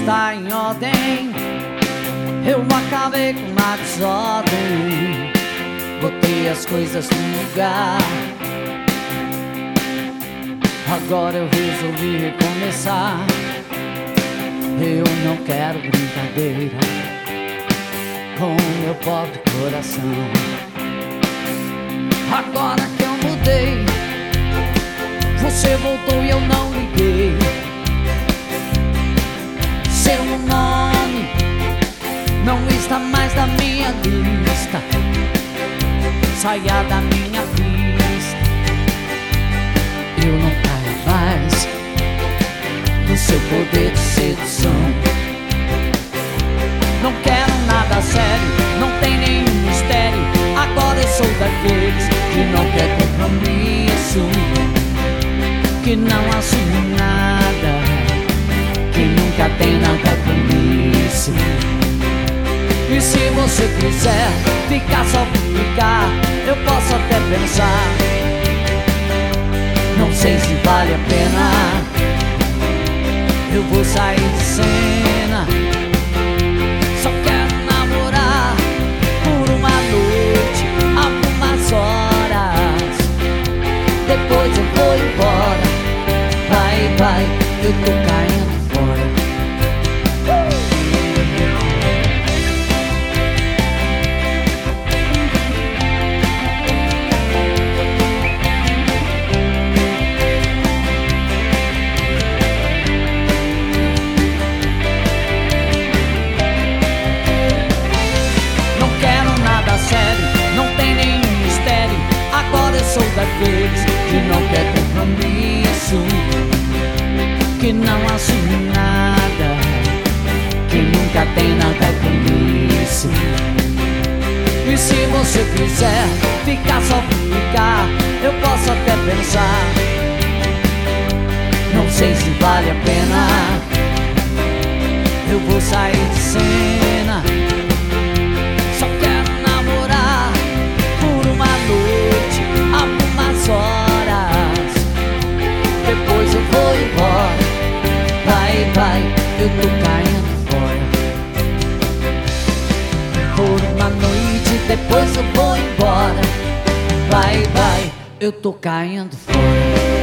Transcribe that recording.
está em ordem. Eu acabei com uma desordem, botei as coisas no lugar. Agora eu resolvi recomeçar. Eu não quero brincadeira com meu pobre coração. Agora que eu mudei, você voltou e eu não liguei. Seu nome não está mais na minha lista. Saia da minha vista. Eu não caio mais no seu poder de sedução. Não quero nada sério, não tem nenhum mistério. Agora eu sou daqueles que não quer compromisso, que não assume nada, que nunca tem nada com isso. E se você quiser ficar só por ficar, eu posso até pensar. Não sei se vale a pena, eu vou sair de cena. Só quero namorar por uma noite, algumas horas. Depois eu vou embora. Vai, vai, eu tô caindo fora. Sou daqueles que não quer compromisso, que não assume nada, que nunca tem nada com isso. E se você quiser ficar só por ficar, eu posso até pensar. Não sei se vale a pena, eu vou sair de cena. Só quero namorar por uma noite, algumas horas. Depois eu vou embora. Vai, vai, eu tô caindo fora. Por uma noite, depois eu vou embora. Vai, vai, eu tô caindo fora.